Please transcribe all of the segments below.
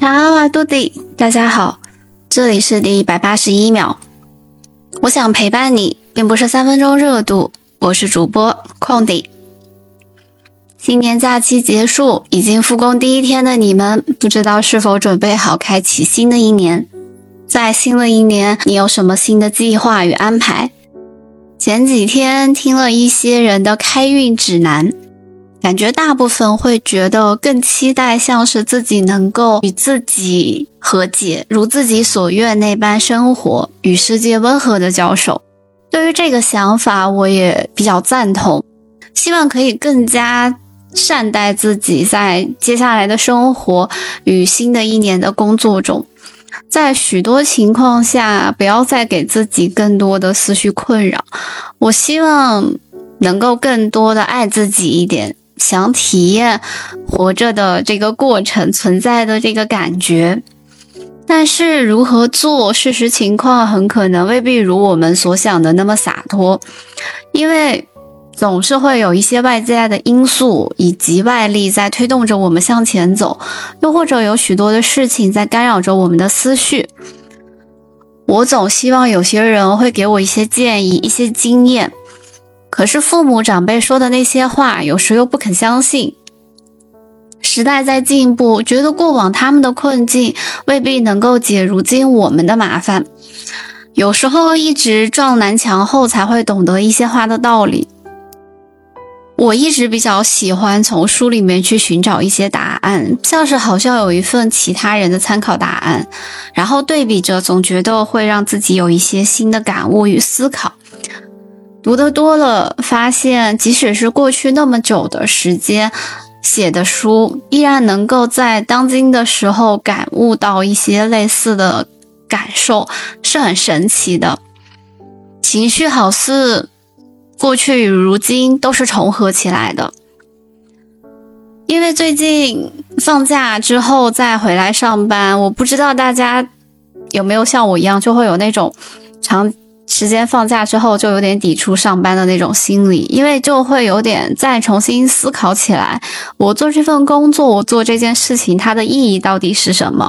好啊，杜迪，大家好，这里是第181秒。我想陪伴你，并不是3分钟热度。我是主播空迪。新年假期结束，已经复工第一天的你们，不知道是否准备好开启新的一年？在新的一年，你有什么新的计划与安排？前几天听了一些人的开运指南，感觉大部分会觉得更期待像是自己能够与自己和解，如自己所愿那般生活，与世界温和的交手。对于这个想法，我也比较赞同，希望可以更加善待自己在接下来的生活与新的一年的工作中。在许多情况下，不要再给自己更多的思绪困扰。我希望能够更多的爱自己一点，想体验活着的这个过程，存在的这个感觉。但是如何做，事实情况很可能未必如我们所想的那么洒脱，因为总是会有一些外在的因素以及外力在推动着我们向前走，又或者有许多的事情在干扰着我们的思绪。我总希望有些人会给我一些建议，一些经验，可是父母长辈说的那些话，有时又不肯相信。时代在进步，觉得过往他们的困境未必能够解如今我们的麻烦。有时候一直撞南墙后才会懂得一些话的道理。我一直比较喜欢从书里面去寻找一些答案，像是好像有一份其他人的参考答案，然后对比着，总觉得会让自己有一些新的感悟与思考。读得多了，发现即使是过去那么久的时间写的书，依然能够在当今的时候感悟到一些类似的感受，是很神奇的。情绪好似过去与如今都是重合起来的。因为最近放假之后再回来上班，我不知道大家有没有像我一样，就会有那种长时间放假之后就有点抵触上班的那种心理，因为就会有点再重新思考起来，我做这份工作，我做这件事情，它的意义到底是什么？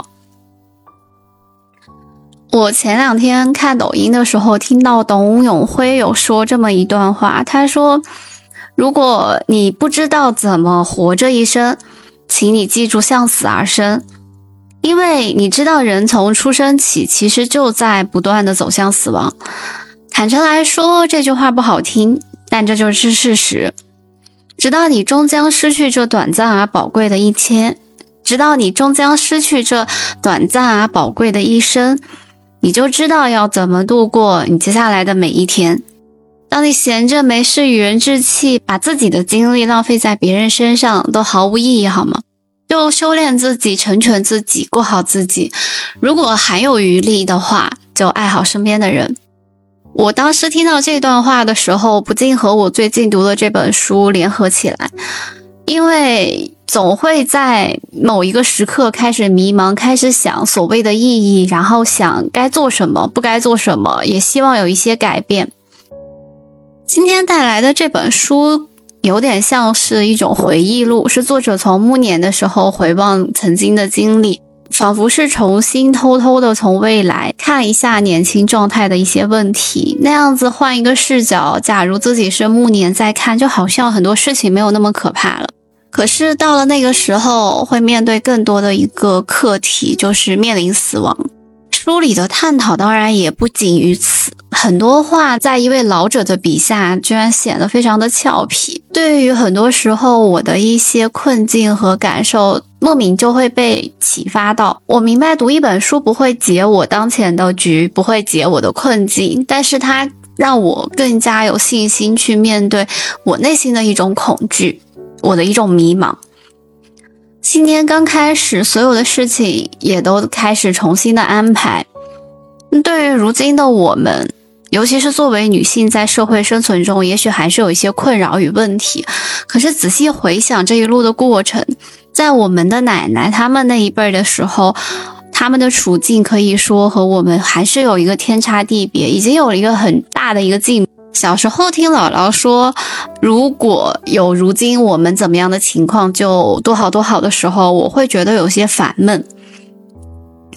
我前2天看抖音的时候，听到董永辉有说这么一段话，他说，如果你不知道怎么活这一生，请你记住向死而生。因为你知道人从出生起其实就在不断的走向死亡。坦诚来说，这句话不好听，但这就是事实。直到你终将失去这短暂而宝贵的一天，直到你终将失去这短暂而宝贵的一生，你就知道要怎么度过你接下来的每一天。当你闲着没事与人置气，把自己的精力浪费在别人身上，都毫无意义，好吗？就修炼自己，成全自己，过好自己。如果还有余力的话，就爱好身边的人。我当时听到这段话的时候，不禁和我最近读的这本书联合起来，因为总会在某一个时刻开始迷茫，开始想所谓的意义，然后想该做什么，不该做什么，也希望有一些改变。今天带来的这本书有点像是一种回忆录，是作者从暮年的时候回望曾经的经历，仿佛是重新偷偷的从未来看一下年轻状态的一些问题，那样子换一个视角，假如自己是暮年再看，就好像很多事情没有那么可怕了。可是到了那个时候，会面对更多的一个课题，就是面临死亡。书里的探讨当然也不仅于此，很多话在一位老者的笔下居然显得非常的俏皮。对于很多时候我的一些困境和感受，莫名就会被启发到。我明白读一本书不会解我当前的局，不会解我的困境，但是它让我更加有信心去面对我内心的一种恐惧，我的一种迷茫。新年刚开始，所有的事情也都开始重新的安排。对于如今的我们，尤其是作为女性，在社会生存中，也许还是有一些困扰与问题。可是仔细回想这一路的过程，在我们的奶奶他们那一辈的时候，他们的处境可以说和我们还是有一个天差地别，已经有了一个很大的一个进步。小时候听姥姥说，如果有如今我们怎么样的情况就多好多好的时候，我会觉得有些烦闷。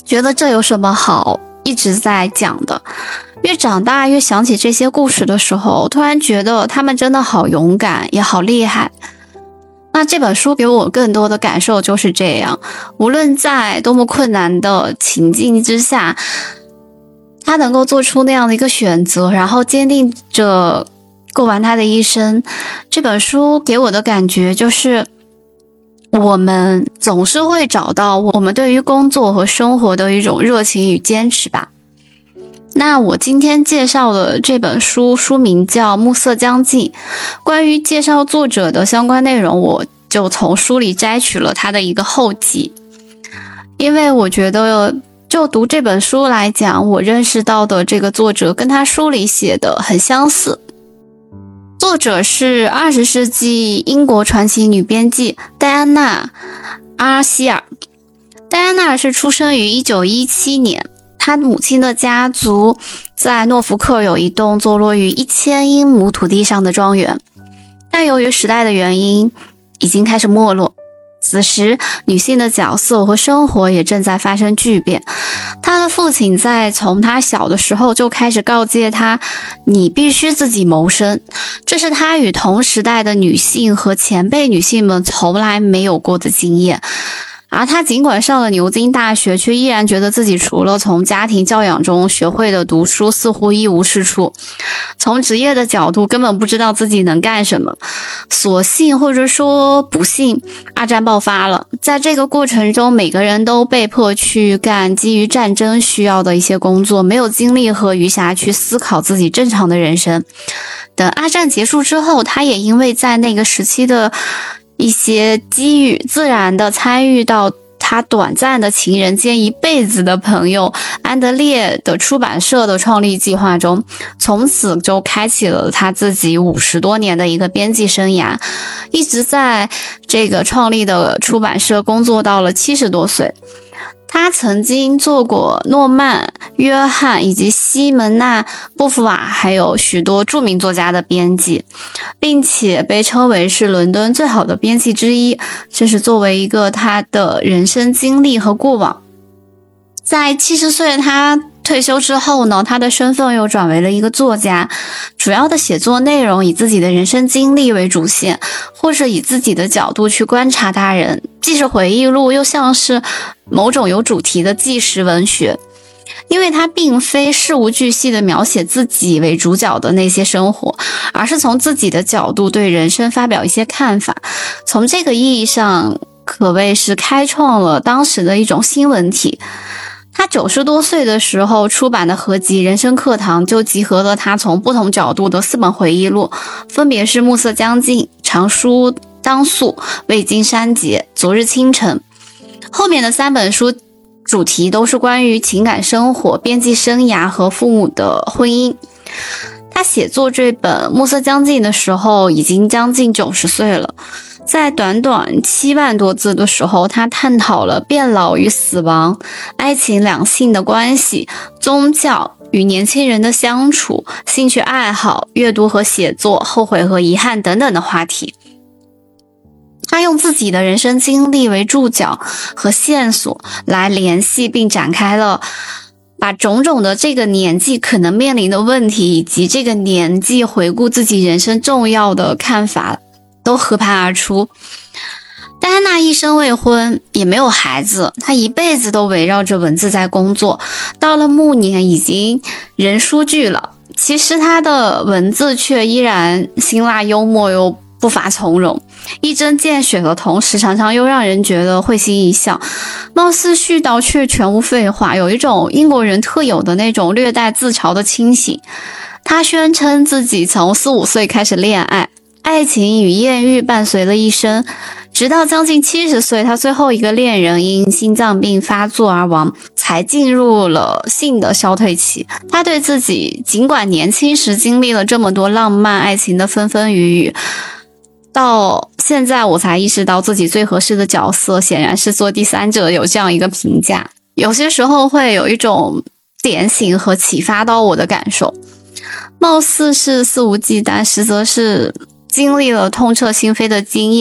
觉得这有什么好一直在讲的？越长大越想起这些故事的时候，突然觉得他们真的好勇敢，也好厉害。那这本书给我更多的感受就是这样，无论在多么困难的情境之下，他能够做出那样的一个选择，然后坚定着过完他的一生。这本书给我的感觉就是，我们总是会找到我们对于工作和生活的一种热情与坚持吧。那我今天介绍的这本书，书名叫《暮色将近》。关于介绍作者的相关内容，我就从书里摘取了他的一个后记。因为我觉得，就读这本书来讲，我认识到的这个作者跟他书里写的很相似。作者是20世纪英国传奇女编辑戴安娜·阿希尔。戴安娜是出生于1917年。他母亲的家族在诺福克有一栋坐落于1000英亩土地上的庄园，但由于时代的原因，已经开始没落。此时，女性的角色和生活也正在发生巨变。他的父亲在从他小的时候就开始告诫他，你必须自己谋生。这是他与同时代的女性和前辈女性们从来没有过的经验。而他尽管上了牛津大学，却依然觉得自己除了从家庭教养中学会的读书，似乎一无是处。从职业的角度，根本不知道自己能干什么。所幸或者说不幸，二战爆发了。在这个过程中，每个人都被迫去干基于战争需要的一些工作，没有精力和余暇去思考自己正常的人生。等二战结束之后，他也因为在那个时期的一些机遇，自然的参与到他短暂的情人兼一辈子的朋友安德烈的出版社的创立计划中，从此就开启了他自己50多年的一个编辑生涯，一直在这个创立的出版社工作到了70多岁。他曾经做过诺曼、约翰以及西门娜·波伏娃还有许多著名作家的编辑，并且被称为是伦敦最好的编辑之一。这是作为一个他的人生经历和过往。在70岁他退休之后呢，他的身份又转为了一个作家，主要的写作内容以自己的人生经历为主线，或是以自己的角度去观察他人，既是回忆录，又像是某种有主题的纪实文学。因为他并非事无巨细地描写自己为主角的那些生活，而是从自己的角度对人生发表一些看法。从这个意义上，可谓是开创了当时的一种新文体。他90多岁的时候出版的合集《人生课堂》就集合了他从不同角度的4本回忆录，分别是《暮色将近》、《长书当宿》、《未经删节》、《昨日清晨》。后面的3本书主题都是关于情感生活、编辑生涯和父母的婚姻。他写作这本《暮色将近》的时候已经将近90岁了。在短短7万多字的时候，他探讨了变老与死亡、爱情两性的关系、宗教与年轻人的相处、兴趣爱好、阅读和写作、后悔和遗憾等等的话题。他用自己的人生经历为注脚和线索来联系，并展开了把种种的这个年纪可能面临的问题，以及这个年纪回顾自己人生重要的看法都和盘而出。戴安娜一生未婚，也没有孩子，她一辈子都围绕着文字在工作，到了暮年已经人殊俱老。其实她的文字却依然辛辣幽默又不乏从容，一针见血的同时，常常又让人觉得会心一笑。貌似絮叨却全无废话，有一种英国人特有的那种略带自嘲的清醒。他宣称自己从4、5岁开始恋爱，爱情与艳遇伴随了一生，直到将近70岁，他最后一个恋人因心脏病发作而亡，才进入了性的消退期。他对自己尽管年轻时经历了这么多浪漫爱情的纷纷雨雨，到现在我才意识到自己最合适的角色显然是做第三者，有这样一个评价。有些时候会有一种点醒和启发到我的感受，貌似是肆无忌惮，实则是经历了痛彻心扉的经验，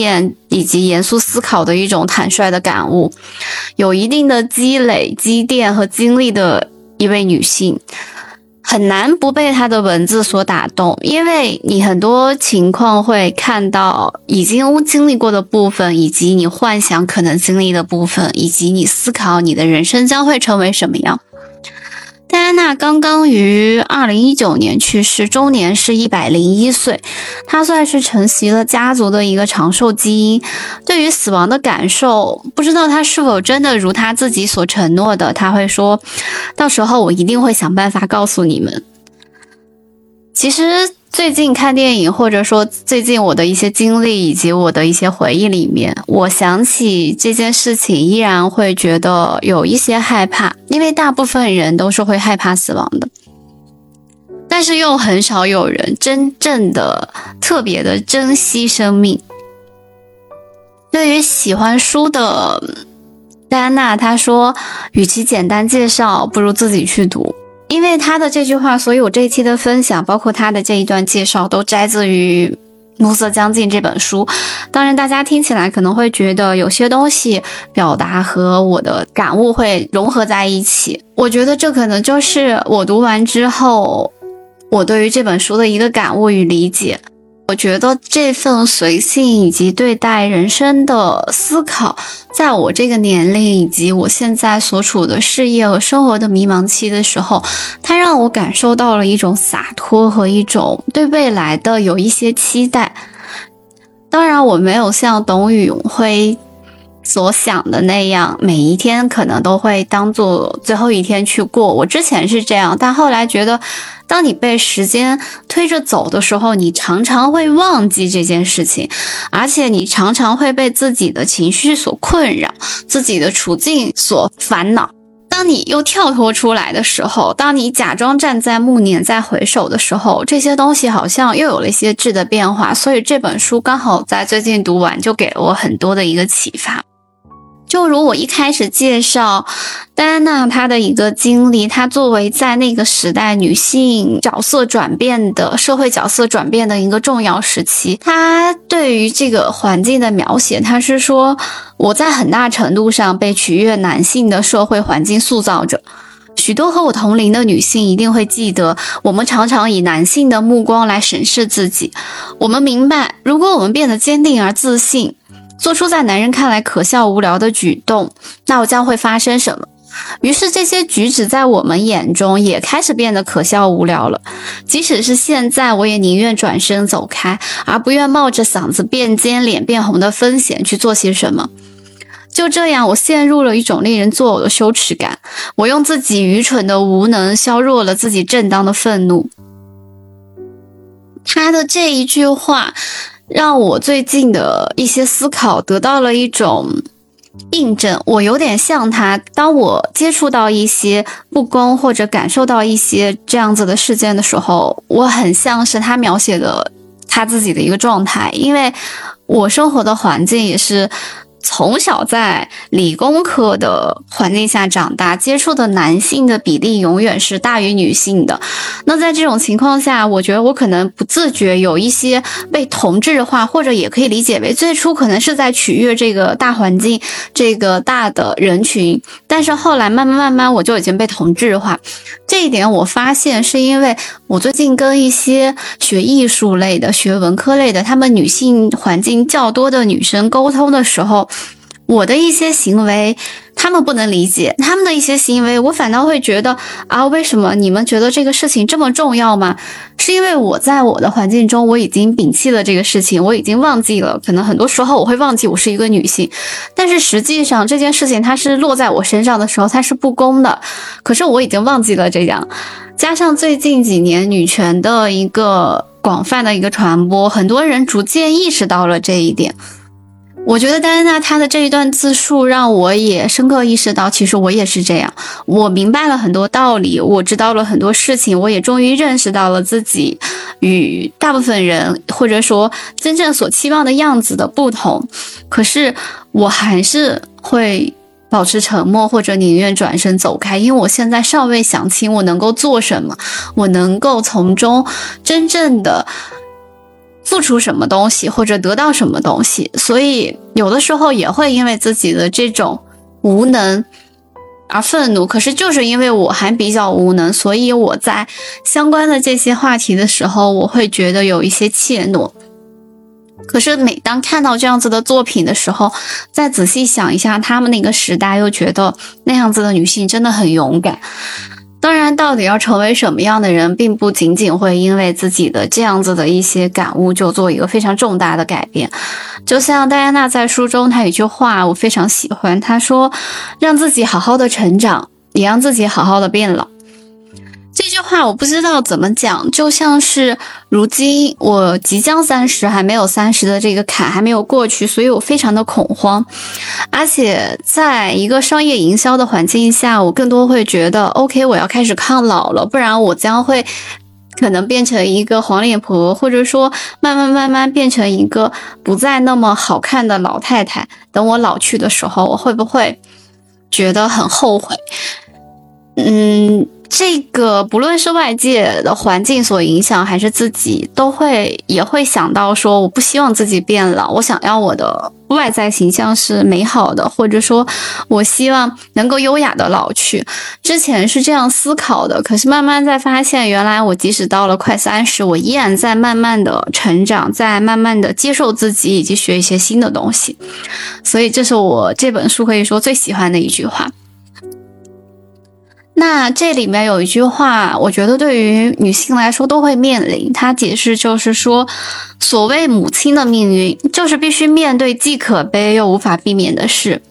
以及严肃思考的一种坦率的感悟，有一定的积累、积淀和经历的一位女性。很难不被她的文字所打动，因为你很多情况会看到已经经历过的部分，以及你幻想可能经历的部分，以及你思考你的人生将会成为什么样。戴安娜刚刚于2019年去世，终年是101岁。她算是承袭了家族的一个长寿基因，对于死亡的感受，不知道她是否真的如她自己所承诺的，她会说，到时候我一定会想办法告诉你们。其实最近看电影，或者说最近我的一些经历以及我的一些回忆里面，我想起这件事情依然会觉得有一些害怕，因为大部分人都是会害怕死亡的，但是又很少有人真正的特别的珍惜生命。对于喜欢书的戴安娜，她说与其简单介绍，不如自己去读。因为他的这句话，所以我这一期的分享，包括他的这一段介绍，都摘自于《暮色将近》这本书。当然大家听起来可能会觉得有些东西表达和我的感悟会融合在一起，我觉得这可能就是我读完之后我对于这本书的一个感悟与理解。我觉得这份随性以及对待人生的思考，在我这个年龄以及我现在所处的事业和生活的迷茫期的时候，它让我感受到了一种洒脱和一种对未来的有一些期待。当然我没有像董宇辉所想的那样，每一天可能都会当做最后一天去过。我之前是这样，但后来觉得当你被时间推着走的时候，你常常会忘记这件事情，而且你常常会被自己的情绪所困扰，自己的处境所烦恼。当你又跳脱出来的时候，当你假装站在暮年再回首的时候，这些东西好像又有了一些质的变化。所以这本书刚好在最近读完，就给了我很多的一个启发。就如我一开始介绍戴安娜她的一个经历，她作为在那个时代女性角色转变的社会角色转变的一个重要时期，她对于这个环境的描写，她是说我在很大程度上被取悦男性的社会环境塑造着。许多和我同龄的女性一定会记得，我们常常以男性的目光来审视自己。我们明白，如果我们变得坚定而自信，做出在男人看来可笑无聊的举动，那我将会发生什么？于是这些举止在我们眼中也开始变得可笑无聊了。即使是现在，我也宁愿转身走开，而不愿冒着嗓子变尖、脸变红的风险去做些什么。就这样，我陷入了一种令人作呕的羞耻感。我用自己愚蠢的无能削弱了自己正当的愤怒。他的这一句话让我最近的一些思考得到了一种印证。我有点像他，当我接触到一些不公或者感受到一些这样子的事件的时候，我很像是他描写的他自己的一个状态。因为我生活的环境也是从小在理工科的环境下长大，接触的男性的比例永远是大于女性的。那在这种情况下，我觉得我可能不自觉有一些被同质化，或者也可以理解为最初可能是在取悦这个大环境，这个大的人群，但是后来慢慢我就已经被同质化。这一点我发现是因为我最近跟一些学艺术类的、学文科类的，他们女性环境较多的女生沟通的时候，我的一些行为他们不能理解，他们的一些行为我反倒会觉得啊，为什么你们觉得这个事情这么重要吗？是因为我在我的环境中我已经摒弃了这个事情，我已经忘记了，可能很多时候我会忘记我是一个女性，但是实际上这件事情它是落在我身上的时候它是不公的，可是我已经忘记了这样。加上最近几年女权的一个广泛的一个传播，很多人逐渐意识到了这一点。我觉得戴安娜她的这一段自述让我也深刻意识到，其实我也是这样。我明白了很多道理，我知道了很多事情，我也终于认识到了自己与大部分人或者说真正所期望的样子的不同。可是我还是会保持沉默，或者宁愿转身走开，因为我现在尚未想清我能够做什么，我能够从中真正的付出什么东西或者得到什么东西，所以有的时候也会因为自己的这种无能而愤怒。可是就是因为我还比较无能，所以我在相关的这些话题的时候，我会觉得有一些怯懦。可是每当看到这样子的作品的时候，再仔细想一下他们那个时代，又觉得那样子的女性真的很勇敢。当然到底要成为什么样的人，并不仅仅会因为自己的这样子的一些感悟就做一个非常重大的改变。就像戴安娜在书中她有一句话我非常喜欢，她说让自己好好的成长，也让自己好好的变老。这句话我不知道怎么讲，就像是如今我即将30还没有30的这个坎还没有过去，所以我非常的恐慌。而且在一个商业营销的环境下，我更多会觉得 OK 我要开始抗老了，不然我将会可能变成一个黄脸婆，或者说慢慢变成一个不再那么好看的老太太。等我老去的时候，我会不会觉得很后悔？这个不论是外界的环境所影响，还是自己也会想到说，我不希望自己变老，我想要我的外在形象是美好的，或者说我希望能够优雅的老去。之前是这样思考的，可是慢慢在发现，原来我即使到了快30，我依然在慢慢的成长，在慢慢的接受自己，以及学一些新的东西。所以这是我这本书可以说最喜欢的一句话。那这里面有一句话，我觉得对于女性来说都会面临，它解释就是说，所谓母亲的命运，就是必须面对既可悲又无法避免的事。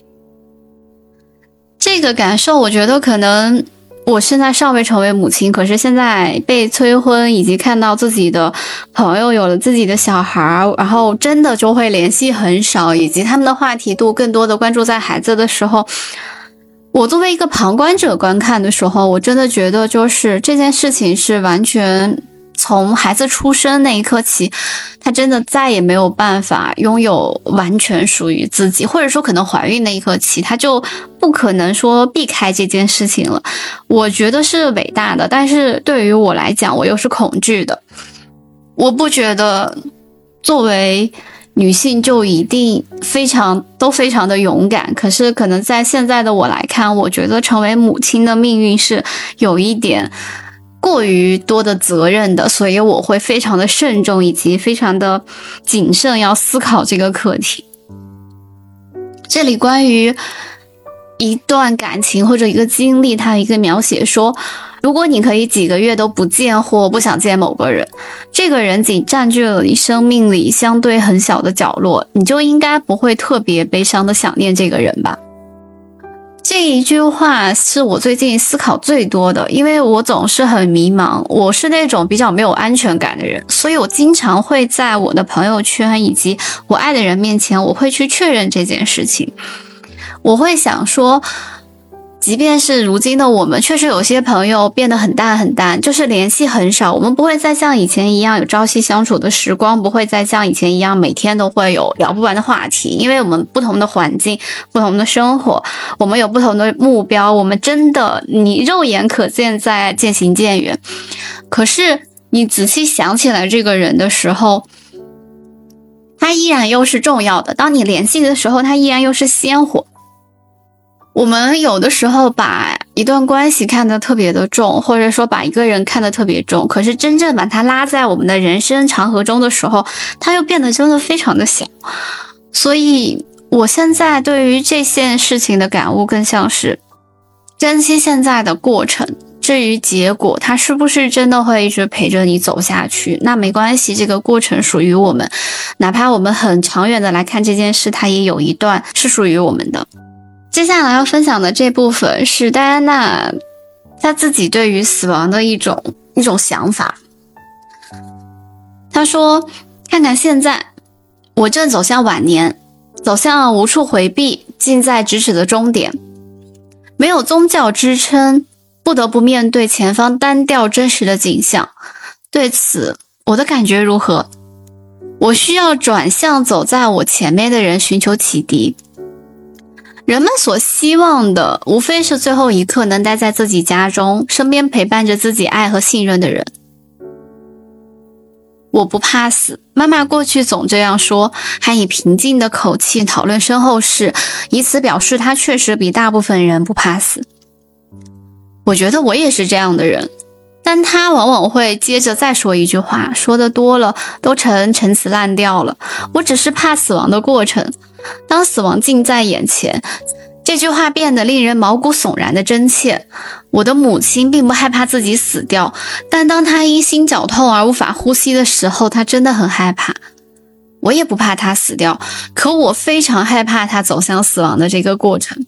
这个感受，我觉得可能我现在尚未成为母亲，可是现在被催婚，以及看到自己的朋友有了自己的小孩，然后真的就会联系很少，以及他们的话题度更多的关注在孩子的时候，我作为一个旁观者观看的时候，我真的觉得就是这件事情是完全从孩子出生那一刻起，他真的再也没有办法拥有完全属于自己，或者说可能怀孕那一刻起，他就不可能说避开这件事情了。我觉得是伟大的，但是对于我来讲，我又是恐惧的。我不觉得作为女性就一定非常的勇敢，可是可能在现在的我来看，我觉得成为母亲的命运是有一点过于多的责任的，所以我会非常的慎重以及非常的谨慎要思考这个课题。这里关于一段感情或者一个经历，它有一个描写说，如果你可以几个月都不见或不想见某个人，这个人仅占据了你生命里相对很小的角落，你就应该不会特别悲伤的想念这个人吧。这一句话是我最近思考最多的，因为我总是很迷茫，我是那种比较没有安全感的人，所以我经常会在我的朋友圈以及我爱的人面前，我会去确认这件事情。我会想说，即便是如今的我们，确实有些朋友变得很淡，就是联系很少，我们不会再像以前一样有朝夕相处的时光，不会再像以前一样每天都会有聊不完的话题，因为我们不同的环境，不同的生活，我们有不同的目标，我们真的你肉眼可见在渐行渐远。可是你仔细想起来这个人的时候，他依然又是重要的，当你联系的时候，他依然又是鲜活。我们有的时候把一段关系看得特别的重，或者说把一个人看得特别重，可是真正把他拉在我们的人生长河中的时候，他又变得真的非常的小。所以我现在对于这件事情的感悟更像是珍惜现在的过程，至于结果它是不是真的会一直陪着你走下去，那没关系，这个过程属于我们，哪怕我们很长远的来看这件事，它也有一段是属于我们的。接下来要分享的这部分是戴安娜她自己对于死亡的一种想法。她说，看看现在，我正走向晚年，走向无处回避，近在咫尺的终点，没有宗教支撑，不得不面对前方单调真实的景象。对此，我的感觉如何？我需要转向走在我前面的人寻求启迪。人们所希望的无非是最后一刻能待在自己家中，身边陪伴着自己爱和信任的人。 我不怕死，妈妈过去总这样说，还以平静的口气讨论身后事，以此表示她确实比大部分人不怕死。我觉得我也是这样的人，但她往往会接着再说一句话，说的多了都成陈词滥调了。我只是怕死亡的过程，当死亡近在眼前，这句话变得令人毛骨悚然的真切。我的母亲并不害怕自己死掉，但当她因心绞痛而无法呼吸的时候，她真的很害怕。我也不怕她死掉，可我非常害怕她走向死亡的这个过程。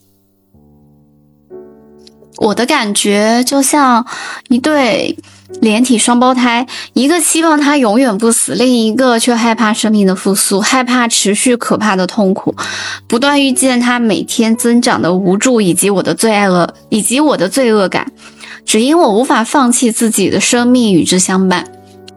我的感觉就像一对连体双胞胎，一个希望他永远不死，另一个却害怕生命的复苏，害怕持续可怕的痛苦，不断遇见他每天增长的无助以及我的罪恶感，只因我无法放弃自己的生命与之相伴。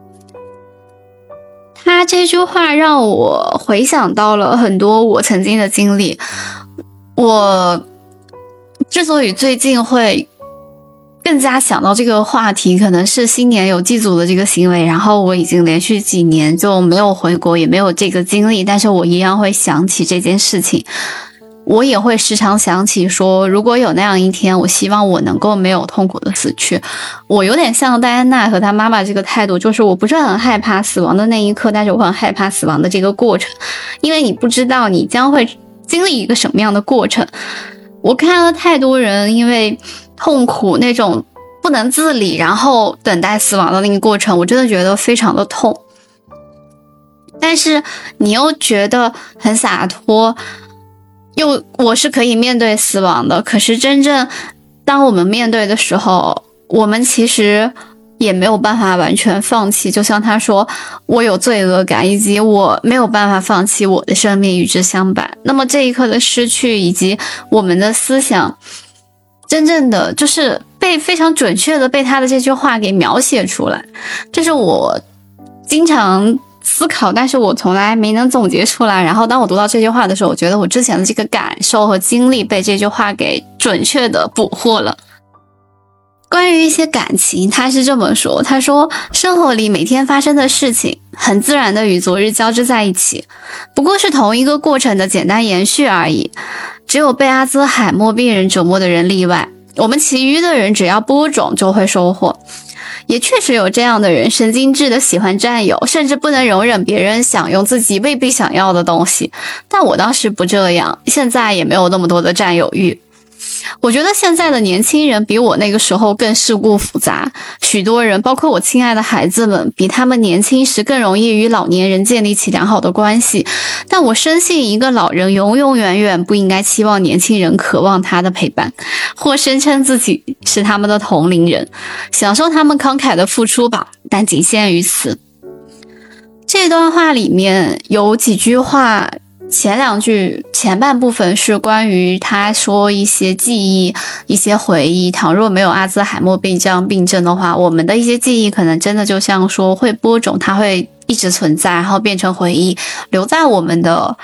他这句话让我回想到了很多我曾经的经历。我之所以最近会更加想到这个话题，可能是新年有祭祖的这个行为，然后我已经连续几年就没有回国，也没有这个经历，但是我一样会想起这件事情。我也会时常想起说，如果有那样一天，我希望我能够没有痛苦的死去。我有点像戴安娜和她妈妈这个态度，就是我不是很害怕死亡的那一刻，但是我很害怕死亡的这个过程，因为你不知道你将会经历一个什么样的过程。我看了太多人因为痛苦那种不能自理，然后等待死亡的那个过程，我真的觉得非常的痛。但是你又觉得很洒脱，我是可以面对死亡的。可是真正当我们面对的时候，我们其实也没有办法完全放弃。就像他说，我有罪恶感，以及我没有办法放弃我的生命与之相伴。那么这一刻的失去，以及我们的思想，真正的就是被非常准确的被他的这句话给描写出来。这是我经常思考，但是我从来没能总结出来。然后当我读到这句话的时候，我觉得我之前的这个感受和经历被这句话给准确的捕获了。关于一些感情，他是这么说，他说，生活里每天发生的事情很自然的与昨日交织在一起，不过是同一个过程的简单延续而已。只有被阿兹海默病人折磨的人例外，我们其余的人只要播种就会收获。也确实有这样的人，神经质的喜欢占有，甚至不能容忍别人享用自己未必想要的东西。但我当时不这样，现在也没有那么多的占有欲。我觉得现在的年轻人比我那个时候更世故复杂，许多人，包括我亲爱的孩子们，比他们年轻时更容易与老年人建立起良好的关系。但我深信，一个老人永永远远不应该期望年轻人渴望他的陪伴，或声称自己是他们的同龄人，享受他们慷慨的付出吧，但仅限于此。这段话里面有几句话，前两句前半部分是关于他说一些记忆，一些回忆，倘若没有阿兹海默病这样病症的话，我们的一些记忆可能真的就像说会播种，它会一直存在，然后变成回忆，留在我们的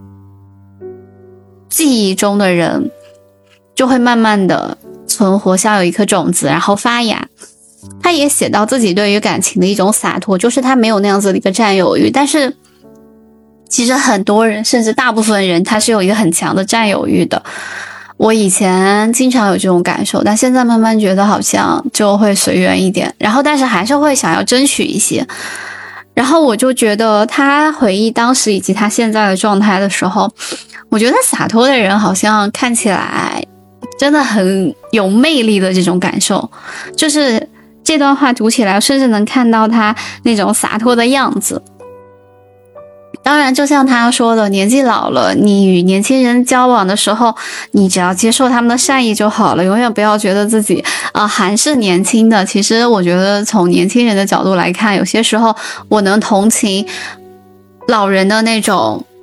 记忆中的人就会慢慢的存活，像有一颗种子然后发芽。他也写到自己对于感情的一种洒脱，就是他没有那样子的一个占有欲，但是其实很多人甚至大部分人他是有一个很强的占有欲的。我以前经常有这种感受，但现在慢慢觉得好像就会随缘一点，然后但是还是会想要争取一些。然后我就觉得他回忆当时以及他现在的状态的时候，我觉得洒脱的人好像看起来真的很有魅力的这种感受，就是这段话读起来甚至能看到他那种洒脱的样子。当然就像他说的，年纪老了，你与年轻人交往的时候，你只要接受他们的善意就好了，永远不要觉得自己还是年轻的。其实我觉得从年轻人的角度来看，有些时候我能同情老人的那种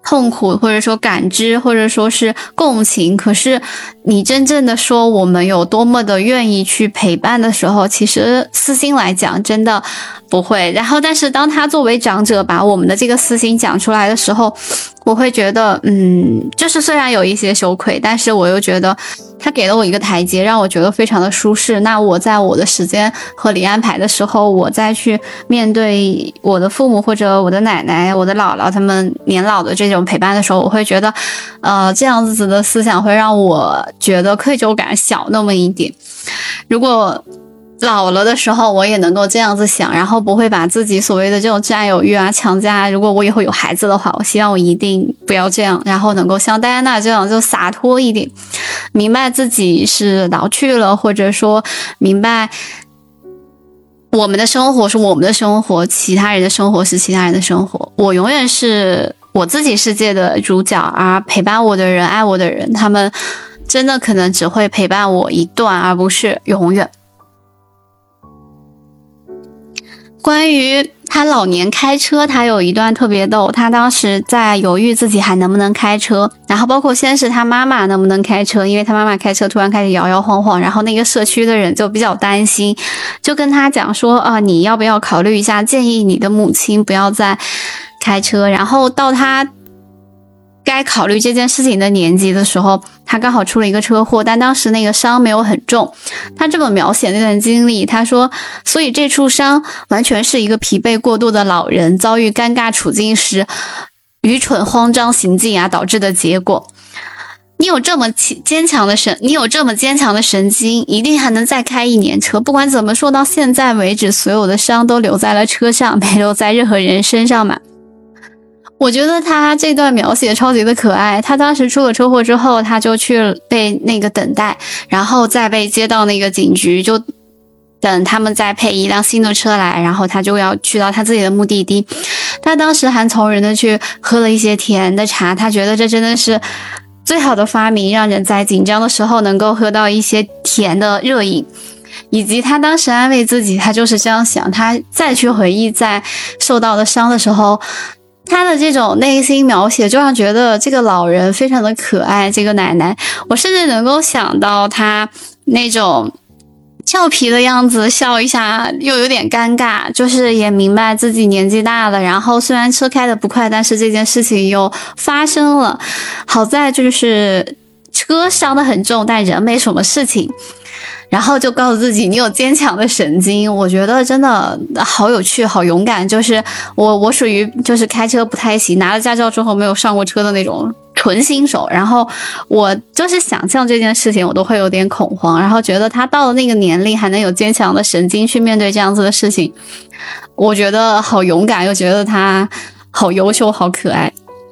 痛苦，或者说感知，或者说是共情。可是你真正的说我们有多么的愿意去陪伴的时候，其实私心来讲真的不会。然后但是当他作为长者把我们的这个私心讲出来的时候，我会觉得就是虽然有一些羞愧，但是我又觉得他给了我一个台阶，让我觉得非常的舒适。那我在我的时间合理安排的时候，我再去面对我的父母或者我的奶奶、我的姥姥他们年老的这种陪伴的时候，我会觉得这样子的思想会让我觉得愧疚感小那么一点。如果老了的时候我也能够这样子想，然后不会把自己所谓的这种占有欲啊强加。如果我以后有孩子的话，我希望我一定不要这样，然后能够像戴安娜这样就洒脱一点，明白自己是老去了，或者说明白我们的生活是我们的生活，其他人的生活是其他人的生活。我永远是我自己世界的主角，而陪伴我的人、爱我的人，他们真的可能只会陪伴我一段，而不是永远。关于他老年开车，他有一段特别逗，他当时在犹豫自己还能不能开车，然后包括先是他妈妈能不能开车，因为他妈妈开车突然开始摇摇晃晃，然后那个社区的人就比较担心，就跟他讲说你要不要考虑一下，建议你的母亲不要再开车。然后到他该考虑这件事情的年纪的时候，他刚好出了一个车祸，但当时那个伤没有很重。他这么描写那段经历，他说，所以这处伤完全是一个疲惫过度的老人遭遇尴尬处境时愚蠢慌张行径导致的结果。你有这么坚强的神经，一定还能再开1年车。不管怎么说，到现在为止，所有的伤都留在了车上，没留在任何人身上嘛。我觉得他这段描写超级的可爱。他当时出了车祸之后，他就去被那个等待，然后再被接到那个警局，就等他们再配一辆新的车来，然后他就要去到他自己的目的地。他当时还从容的去喝了一些甜的茶，他觉得这真的是最好的发明，让人在紧张的时候能够喝到一些甜的热饮。以及他当时安慰自己，他就是这样想。他再去回忆在受到的伤的时候，他的这种内心描写就让觉得这个老人非常的可爱。这个奶奶，我甚至能够想到他那种俏皮的样子，笑一下又有点尴尬，就是也明白自己年纪大了，然后虽然车开得不快，但是这件事情又发生了。好在就是车伤得很重，但人没什么事情。然后就告诉自己你有坚强的神经。我觉得真的好有趣，好勇敢。就是我属于就是开车不太行，拿了驾照之后没有上过车的那种纯新手，然后我就是想象这件事情我都会有点恐慌，然后觉得他到了那个年龄还能有坚强的神经去面对这样子的事情，我觉得好勇敢，又觉得他好优秀，好可爱。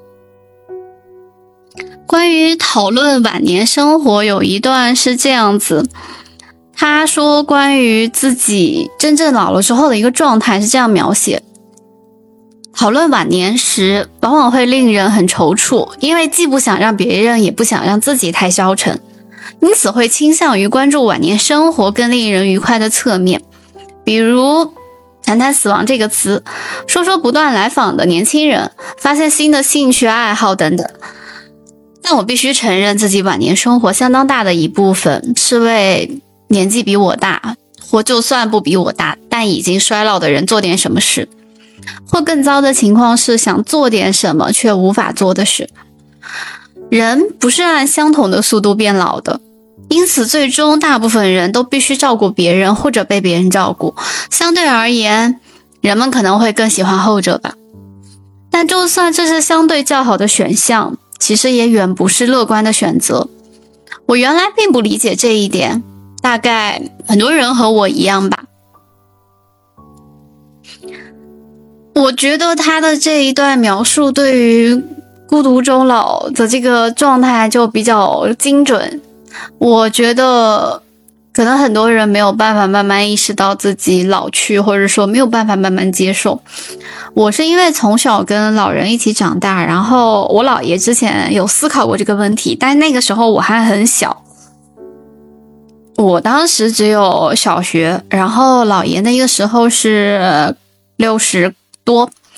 关于讨论晚年生活，有一段是这样子，他说关于自己真正老了之后的一个状态是这样描写：讨论晚年时往往会令人很踌躇，因为既不想让别人也不想让自己太消沉，因此会倾向于关注晚年生活更令人愉快的侧面，比如谈谈死亡这个词，说说不断来访的年轻人，发现新的兴趣爱好等等。但我必须承认，自己晚年生活相当大的一部分是为年纪比我大，或就算不比我大但已经衰老的人做点什么事，或更糟的情况是想做点什么却无法做的事。人不是按相同的速度变老的，因此最终大部分人都必须照顾别人或者被别人照顾。相对而言，人们可能会更喜欢后者吧。但就算这是相对较好的选项，其实也远不是乐观的选择。我原来并不理解这一点，大概很多人和我一样吧。我觉得他的这一段描述对于孤独终老的这个状态就比较精准。我觉得可能很多人没有办法慢慢意识到自己老去，或者说没有办法慢慢接受。我是因为从小跟老人一起长大，然后我姥爷之前有思考过这个问题，但那个时候我还很小，我当时只有小学，然后姥爷那个时候是60多，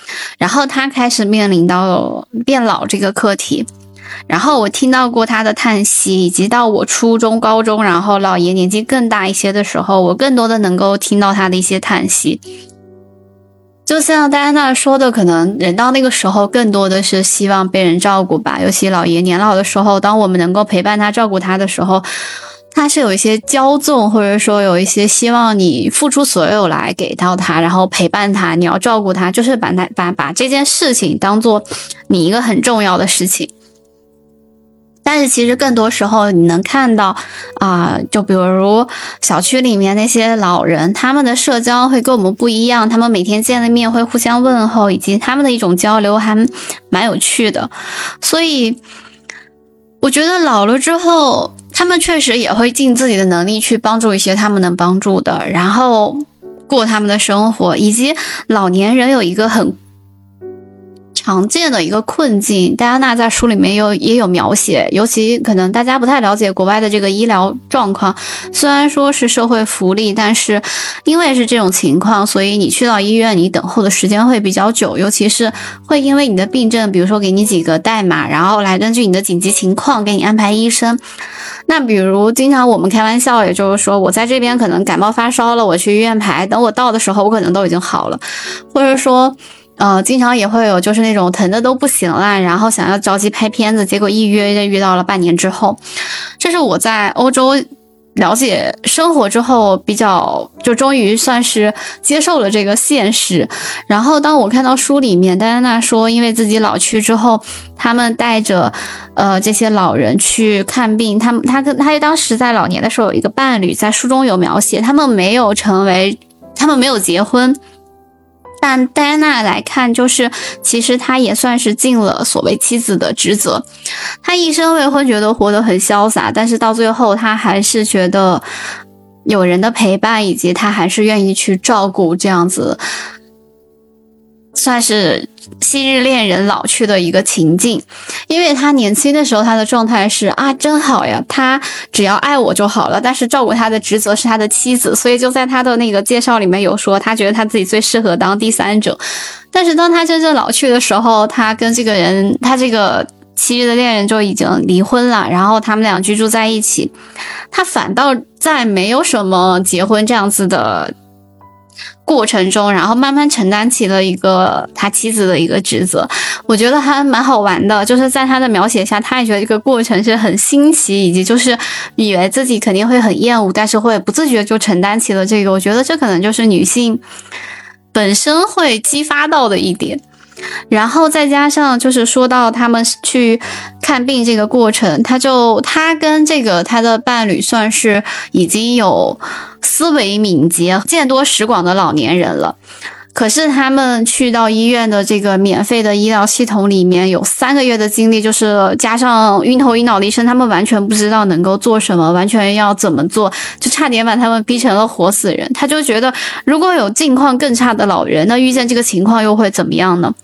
然后他开始面临到变老这个课题。然后我听到过他的叹息，以及到我初中、高中，然后姥爷年纪更大一些的时候，我更多的能够听到他的一些叹息。就像戴安娜说的，可能人到那个时候更多的是希望被人照顾吧，尤其姥爷年老的时候，当我们能够陪伴他、照顾他的时候，他是有一些骄纵，或者说有一些希望你付出所有来给到他，然后陪伴他，你要照顾他，就是把这件事情当做你一个很重要的事情。但是其实更多时候你能看到就比如小区里面那些老人，他们的社交会跟我们不一样，他们每天见了面会互相问候，以及他们的一种交流还蛮有趣的。所以我觉得老了之后，他们确实也会尽自己的能力去帮助一些他们能帮助的，然后过他们的生活。以及老年人有一个很常见的一个困境，戴安娜在书里面也有描写，尤其可能大家不太了解国外的这个医疗状况，虽然说是社会福利，但是因为是这种情况，所以你去到医院，你等候的时间会比较久，尤其是会因为你的病症，比如说给你几个代码，然后来根据你的紧急情况给你安排医生。那比如经常我们开玩笑，也就是说我在这边可能感冒发烧了，我去医院排，等我到的时候我可能都已经好了，或者说经常也会有就是那种疼的都不行了，然后想要着急拍片子，结果一约到了半年之后。这是我在欧洲了解生活之后比较就终于算是接受了这个现实。然后当我看到书里面戴安娜说，因为自己老去之后，他们带着这些老人去看病，他当时在老年的时候有一个伴侣，在书中有描写，他们没有结婚。但戴安娜来看，就是其实她也算是尽了所谓妻子的职责。她一生未婚，觉得活得很潇洒，但是到最后她还是觉得有人的陪伴，以及她还是愿意去照顾，这样子算是昔日恋人老去的一个情境。因为他年轻的时候他的状态是真好呀，他只要爱我就好了，但是照顾他的职责是他的妻子，所以就在他的那个介绍里面有说，他觉得他自己最适合当第三者。但是当他真正老去的时候，他跟这个人，他这个昔日的恋人就已经离婚了，然后他们俩居住在一起，他反倒在没有什么结婚这样子的过程中，然后慢慢承担起了一个他妻子的一个职责。我觉得还蛮好玩的，就是在他的描写下，他也觉得这个过程是很新奇，以及就是以为自己肯定会很厌恶，但是会不自觉就承担起了这个。我觉得这可能就是女性本身会激发到的一点。然后再加上就是说到他们去看病这个过程，他跟这个他的伴侣算是已经有思维敏捷、见多识广的老年人了。可是他们去到医院的这个免费的医疗系统里面，有3个月的经历，就是加上晕头晕脑的医生，他们完全不知道能够做什么，完全要怎么做，就差点把他们逼成了活死人。他就觉得如果有境况更差的老人，那遇见这个情况又会怎么样呢？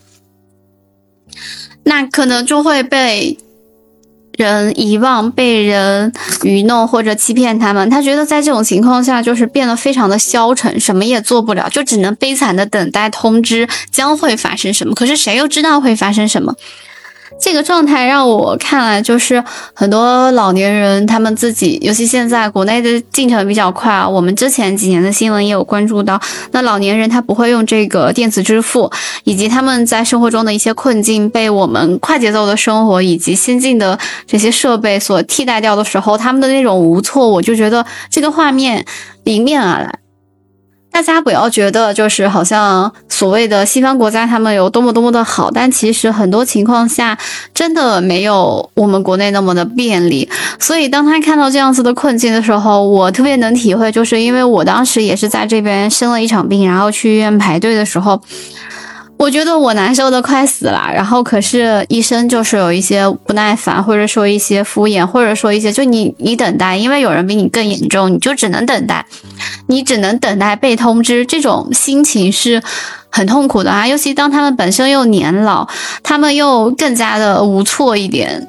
那可能就会被人遗忘，被人愚弄或者欺骗他们。他觉得在这种情况下就是变得非常的消沉，什么也做不了，就只能悲惨的等待通知将会发生什么，可是谁又知道会发生什么。这个状态让我看来就是很多老年人他们自己，尤其现在国内的进程比较快我们之前几年的新闻也有关注到，那老年人他不会用这个电子支付，以及他们在生活中的一些困境被我们快节奏的生活以及先进的这些设备所替代掉的时候，他们的那种无措，我就觉得这个画面迎面而来。大家不要觉得就是好像所谓的西方国家他们有多么的好，但其实很多情况下真的没有我们国内那么的便利。所以当他看到这样子的困境的时候，我特别能体会，就是因为我当时也是在这边生了一场病，然后去医院排队的时候，我觉得我难受的快死了，然后可是医生就是有一些不耐烦，或者说一些敷衍，或者说一些就你等待，因为有人比你更严重，你就只能等待，你只能等待被通知，这种心情是很痛苦的尤其当他们本身又年老，他们又更加的无措一点。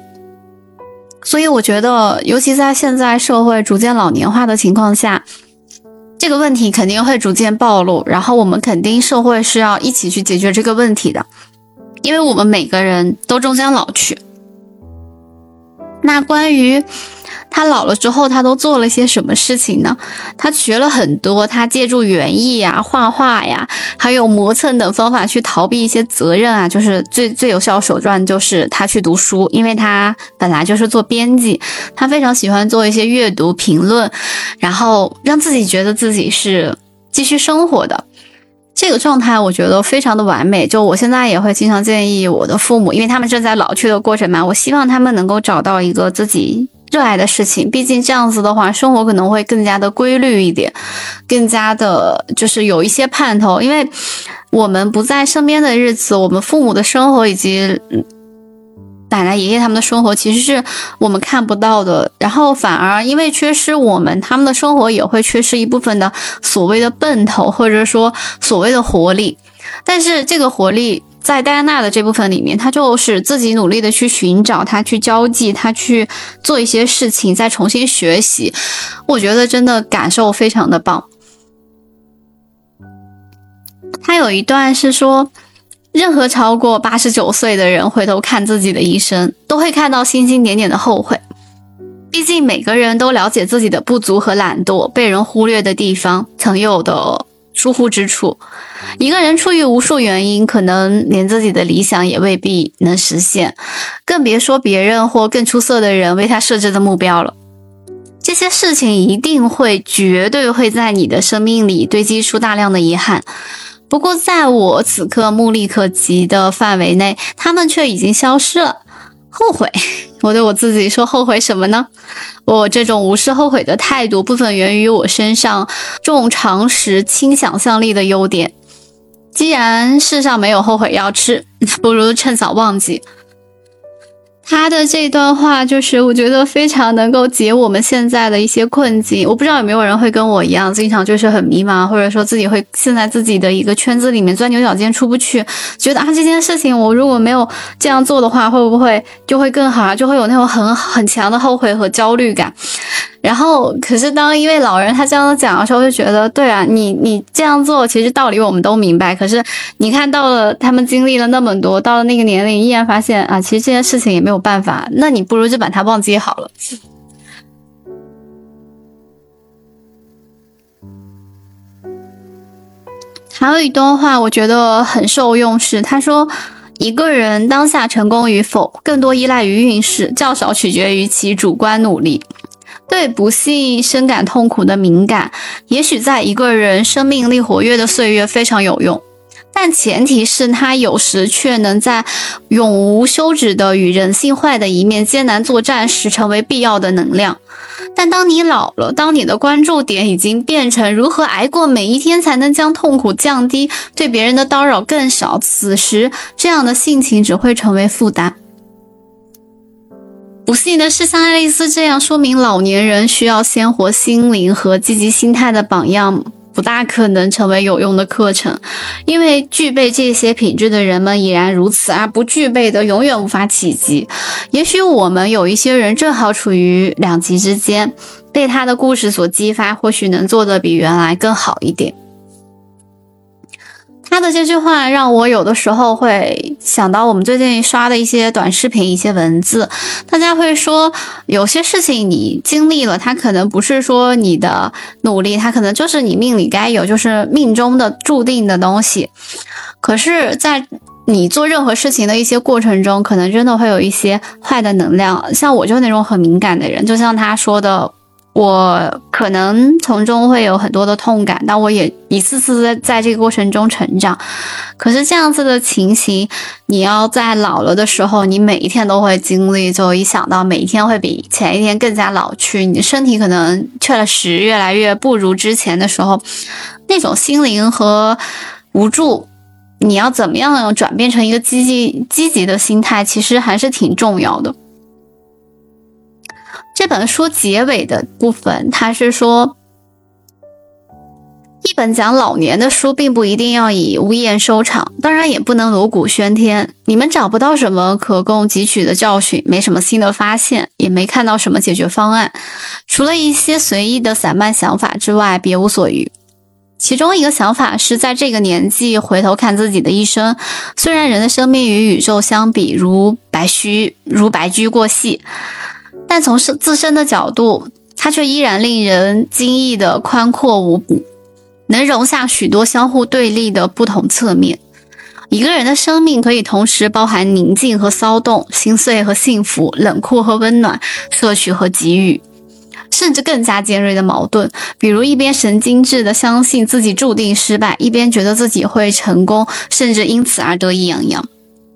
所以我觉得尤其在现在社会逐渐老年化的情况下， 这个问题肯定会逐渐暴露，然后我们肯定社会是要一起去解决这个问题的，因为我们每个人都终将老去。那关于他老了之后他都做了些什么事情呢？他学了很多，他借助园艺呀、画画呀，还有磨蹭等方法去逃避一些责任啊，就是最有效手段就是他去读书，因为他本来就是做编辑，他非常喜欢做一些阅读评论，然后让自己觉得自己是继续生活的。这个状态我觉得非常的完美，就我现在也会经常建议我的父母，因为他们正在老去的过程嘛，我希望他们能够找到一个自己热爱的事情，毕竟这样子的话生活可能会更加的规律一点，更加的就是有一些盼头，因为我们不在身边的日子，我们父母的生活以及奶奶爷爷他们的生活其实是我们看不到的，然后反而因为缺失我们，他们的生活也会缺失一部分的所谓的奔头，或者说所谓的活力。但是这个活力在戴安娜的这部分里面，他就是自己努力的去寻找，他去交际，他去做一些事情，再重新学习，我觉得真的感受非常的棒。他有一段是说，任何超过89岁的人回头看自己的一生，都会看到心心点点的后悔。毕竟每个人都了解自己的不足和懒惰，被人忽略的地方，曾有的疏忽之处。一个人出于无数原因，可能连自己的理想也未必能实现，更别说别人或更出色的人为他设置的目标了。这些事情一定会，绝对会在你的生命里堆积出大量的遗憾。不过在我此刻目力可及的范围内，他们却已经消失了。后悔，我对我自己说，后悔什么呢？我这种无视后悔的态度，部分源于我身上重常识、轻想象力的优点。既然世上没有后悔药吃，不如趁早忘记。他的这段话就是我觉得非常能够解我们现在的一些困境。我不知道有没有人会跟我一样，经常就是很迷茫，或者说自己会陷在自己的一个圈子里面钻牛角尖出不去，觉得这件事情我如果没有这样做的话，会不会就会更好，就会有那种很强的后悔和焦虑感。然后可是当一位老人他这样讲的时候，就觉得对啊，你这样做其实道理我们都明白，可是你看到了他们经历了那么多，到了那个年龄依然发现其实这件事情也没有办法，那你不如就把它忘记好了。还有一段话我觉得很受用，是他说，一个人当下成功与否更多依赖于运势，较少取决于其主观努力。对不幸深感痛苦的敏感，也许在一个人生命力活跃的岁月非常有用，但前提是他有时却能在永无休止的与人性坏的一面艰难作战时成为必要的能量。但当你老了，当你的关注点已经变成如何挨过每一天才能将痛苦降低，对别人的叨扰更少，此时这样的性情只会成为负担。不幸的是，像爱丽丝这样说明老年人需要鲜活心灵和积极心态的榜样，不大可能成为有用的课程，因为具备这些品质的人们已然如此，而不具备的永远无法企及。也许我们有一些人正好处于两极之间，被他的故事所激发，或许能做得比原来更好一点。他的这句话让我有的时候会想到我们最近刷的一些短视频，一些文字，大家会说有些事情你经历了，它可能不是说你的努力，它可能就是你命里该有，就是命中的注定的东西。可是在你做任何事情的一些过程中，可能真的会有一些坏的能量，像我就是那种很敏感的人，就像他说的，我可能从中会有很多的痛感，但我也一次次在这个过程中成长。可是这样子的情形，你要在老了的时候，你每一天都会经历，就一想到每一天会比前一天更加老去，你的身体可能确实越来越不如之前的时候，那种心灵和无助，你要怎么样转变成一个积极的心态，其实还是挺重要的。这本书结尾的部分，他是说，一一本讲老年的书并不一定要以无言收场，当然也不能锣鼓喧天。你们找不到什么可供汲取的教训，没什么新的发现，也没看到什么解决方案，除了一些随意的散漫想法之外，别无所余。其中一个想法是，在这个年纪回头看自己的一生，虽然人的生命与宇宙相比如白驹过隙，但从自身的角度，它却依然令人惊异的宽阔无比，能容下许多相互对立的不同侧面。一个人的生命可以同时包含宁静和骚动，心碎和幸福，冷酷和温暖，摄取和给予，甚至更加尖锐的矛盾，比如一边神经质地相信自己注定失败，一边觉得自己会成功，甚至因此而得意洋洋。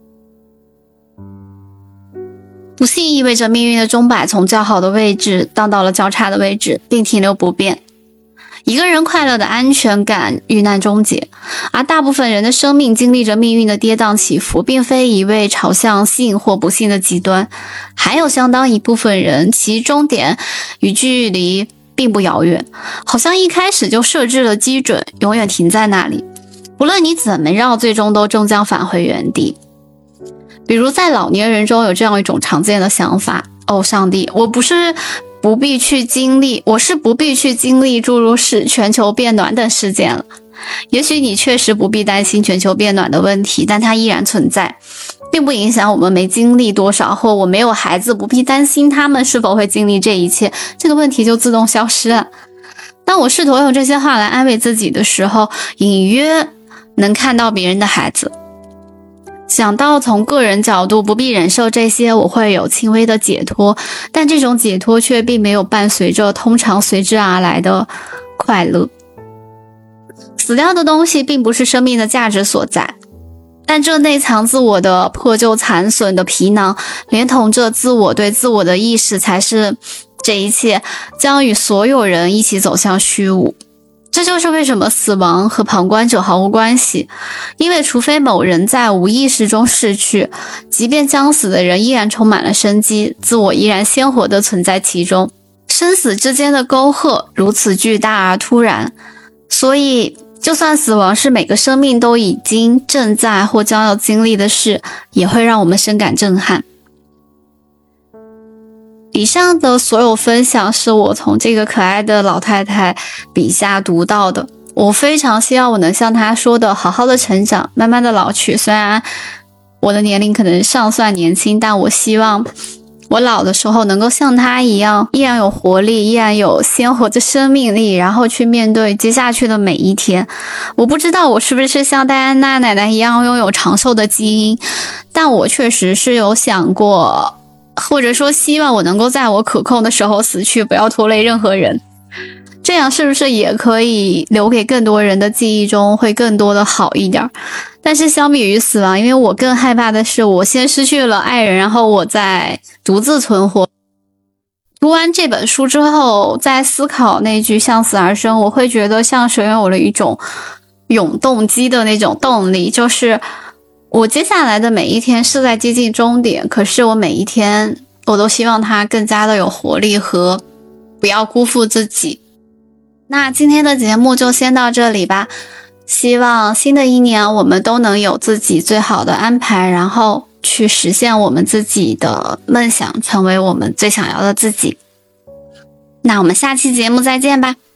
不幸意味着命运的钟摆从较好的位置荡到了较差的位置，并停留不变。一个人快乐的安全感遇难终结，而大部分人的生命经历着命运的跌宕起伏，并非一味朝向幸或不幸的极端。还有相当一部分人，其终点与距离并不遥远，好像一开始就设置了基准，永远停在那里，不论你怎么绕，最终都终将返回原地。比如在老年人中有这样一种常见的想法：哦，上帝，我是不必去经历诸如全球变暖等事件了。也许你确实不必担心全球变暖的问题，但它依然存在，并不影响我们没经历多少，或我没有孩子不必担心他们是否会经历这一切，这个问题就自动消失了。当我试图用这些话来安慰自己的时候，隐约能看到别人的孩子。想到从个人角度不必忍受这些，我会有轻微的解脱，但这种解脱却并没有伴随着通常随之而来的快乐。死掉的东西并不是生命的价值所在，但这内藏自我的破旧残损的皮囊，连同着自我对自我的意识，才是这一切将与所有人一起走向虚无。这就是为什么死亡和旁观者毫无关系，因为除非某人在无意识中逝去，即便将死的人依然充满了生机，自我依然鲜活地存在其中。生死之间的沟壑如此巨大而突然，所以就算死亡是每个生命都已经正在或将要经历的事，也会让我们深感震撼。以上的所有分享是我从这个可爱的老太太笔下读到的，我非常希望我能像她说的好好的成长，慢慢的老去。虽然我的年龄可能尚算年轻，但我希望我老的时候能够像她一样，依然有活力，依然有鲜活的生命力，然后去面对接下去的每一天。我不知道我是不是像戴安娜奶奶一样拥有长寿的基因，但我确实是有想过，或者说希望我能够在我可控的时候死去，不要拖累任何人。这样是不是也可以留给更多人的记忆中会更多的好一点？但是相比于死亡，因为我更害怕的是我先失去了爱人，然后我再独自存活。读完这本书之后，在思考那句向死而生，我会觉得像是拥有了一种永动机的那种动力，就是我接下来的每一天是在接近终点，可是我每一天我都希望它更加的有活力和不要辜负自己。那今天的节目就先到这里吧，希望新的一年我们都能有自己最好的安排，然后去实现我们自己的梦想，成为我们最想要的自己。那我们下期节目再见吧。